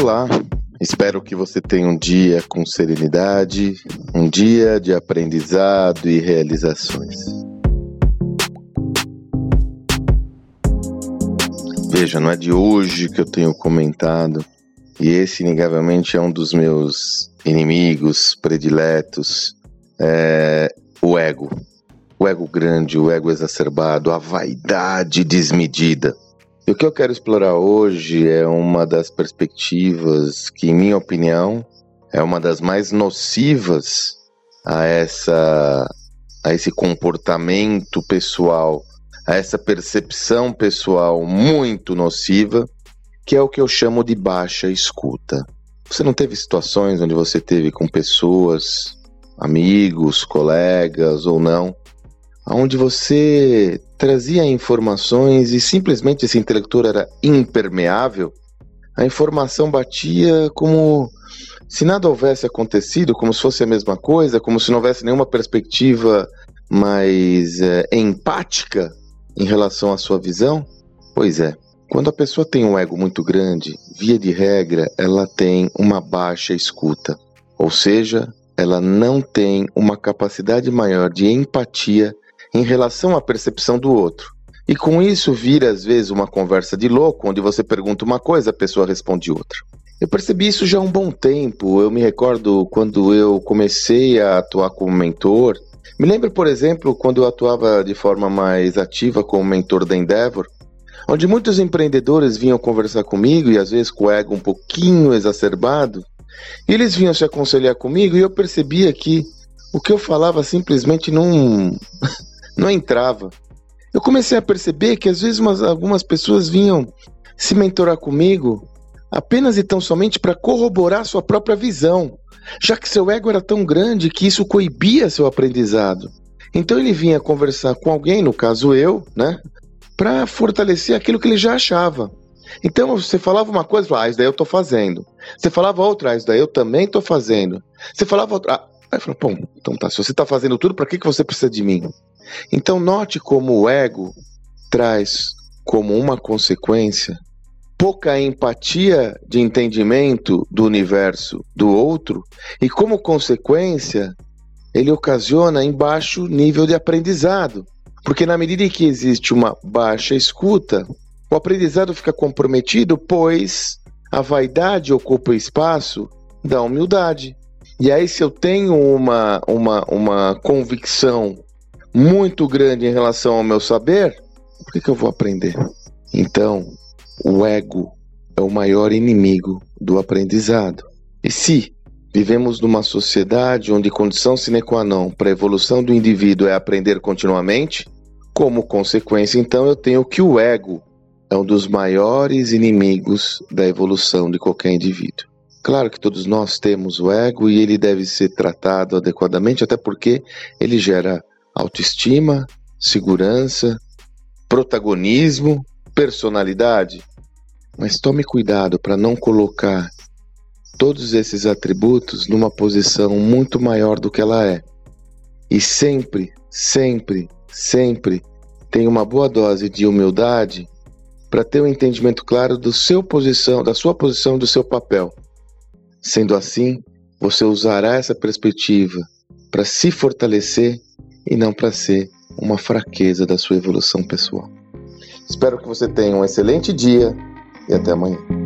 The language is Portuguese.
Olá, espero que você tenha um dia com serenidade, um dia de aprendizado e realizações. Veja, não é de hoje que eu tenho comentado, e esse inegavelmente é um dos meus inimigos prediletos, o ego. O ego grande, o ego exacerbado, a vaidade desmedida. E o que eu quero explorar hoje é uma das perspectivas que, em minha opinião, é uma das mais nocivas a esse comportamento pessoal, a essa percepção pessoal muito nociva, que é o que eu chamo de baixa escuta. Você não teve situações onde você teve com pessoas, amigos, colegas ou não, onde você trazia informações e simplesmente esse intelector era impermeável? A informação batia como se nada houvesse acontecido, como se fosse a mesma coisa, como se não houvesse nenhuma perspectiva mais empática em relação à sua visão? Pois é, quando a pessoa tem um ego muito grande, via de regra, ela tem uma baixa escuta, ou seja, ela não tem uma capacidade maior de empatia em relação à percepção do outro. E com isso vira às vezes uma conversa de louco, onde você pergunta uma coisa, a pessoa responde outra. Eu percebi isso já há um bom tempo. Eu me recordo quando eu comecei a atuar como mentor. Me lembro, por exemplo, quando eu atuava de forma mais ativa como mentor da Endeavor, onde muitos empreendedores vinham conversar comigo, e às vezes com o ego um pouquinho exacerbado, e eles vinham se aconselhar comigo, e eu percebia que o que eu falava simplesmente não entrava. Eu comecei a perceber que às vezes algumas pessoas vinham se mentorar comigo apenas e tão somente para corroborar sua própria visão, já que seu ego era tão grande que isso coibia seu aprendizado. Então ele vinha conversar com alguém, no caso eu, para fortalecer aquilo que ele já achava. Então você falava uma coisa, falava, isso daí eu estou fazendo. Você falava outra, isso daí eu também estou fazendo. Você falava outra, aí eu falei, bom, então tá, se você está fazendo tudo, para que você precisa de mim? Então note como o ego traz como uma consequência pouca empatia de entendimento do universo do outro, e como consequência ele ocasiona em baixo nível de aprendizado, porque na medida em que existe uma baixa escuta, o aprendizado fica comprometido, pois a vaidade ocupa o espaço da humildade. E aí, se eu tenho uma convicção muito grande em relação ao meu saber, por que eu vou aprender? Então, o ego é o maior inimigo do aprendizado. E se vivemos numa sociedade onde condição sine qua non para a evolução do indivíduo é aprender continuamente, como consequência, então, eu tenho que o ego é um dos maiores inimigos da evolução de qualquer indivíduo. Claro que todos nós temos o ego e ele deve ser tratado adequadamente, até porque ele gera autoestima, segurança, protagonismo, personalidade. Mas tome cuidado para não colocar todos esses atributos numa posição muito maior do que ela é. E sempre, sempre, sempre tenha uma boa dose de humildade para ter um entendimento claro da sua posição e do seu papel. Sendo assim, você usará essa perspectiva para se fortalecer e não para ser uma fraqueza da sua evolução pessoal. Espero que você tenha um excelente dia e até amanhã.